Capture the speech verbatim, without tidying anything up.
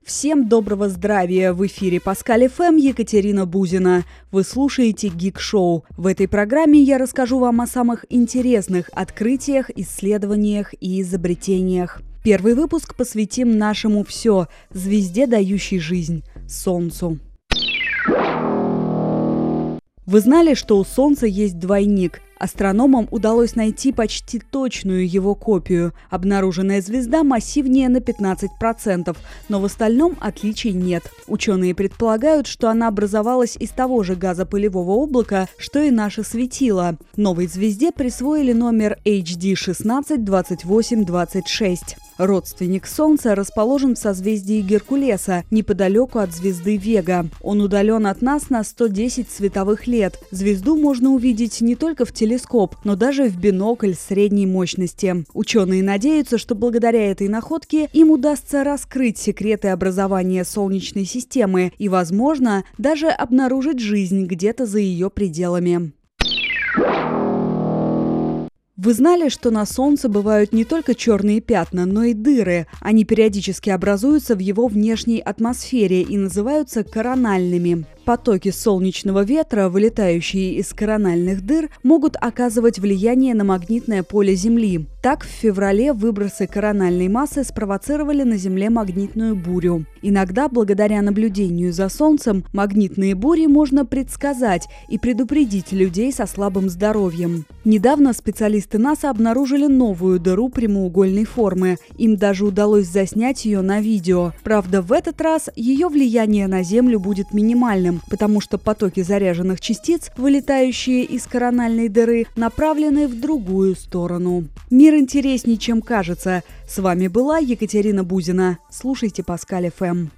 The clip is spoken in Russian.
Всем доброго здравия! В эфире Паскаль эф эм, Екатерина Бузина. Вы слушаете Geek Show. В этой программе я расскажу вам о самых интересных открытиях, исследованиях и изобретениях. Первый выпуск посвятим нашему все – звезде, дающей жизнь – Солнцу. Вы знали, что у Солнца есть двойник? Астрономам удалось найти почти точную его копию. Обнаруженная звезда массивнее на пятнадцать процентов, но в остальном отличий нет. Ученые предполагают, что она образовалась из того же газопылевого облака, что и наше светило. Новой звезде присвоили номер эйч ди шестнадцать двадцать восемь двадцать шесть. Родственник Солнца расположен в созвездии Геркулеса, неподалеку от звезды Вега. Он удален от нас на сто десять световых лет. Звезду можно увидеть не только в телескоп, но даже в бинокль средней мощности. Ученые надеются, что благодаря этой находке им удастся раскрыть секреты образования Солнечной системы и, возможно, даже обнаружить жизнь где-то за ее пределами. Вы знали, что на Солнце бывают не только черные пятна, но и дыры? Они периодически образуются в его внешней атмосфере и называются корональными. Потоки солнечного ветра, вылетающие из корональных дыр, могут оказывать влияние на магнитное поле Земли. Так, в феврале выбросы корональной массы спровоцировали на Земле магнитную бурю. Иногда, благодаря наблюдению за Солнцем, магнитные бури можно предсказать и предупредить людей со слабым здоровьем. Недавно специалисты НАСА обнаружили новую дыру прямоугольной формы. Им даже удалось заснять ее на видео. Правда, в этот раз ее влияние на Землю будет минимальным, потому что потоки заряженных частиц, вылетающие из корональной дыры, направлены в другую сторону. Мир интереснее, чем кажется. С вами была Екатерина Бузина. Слушайте Паскаль эф эм.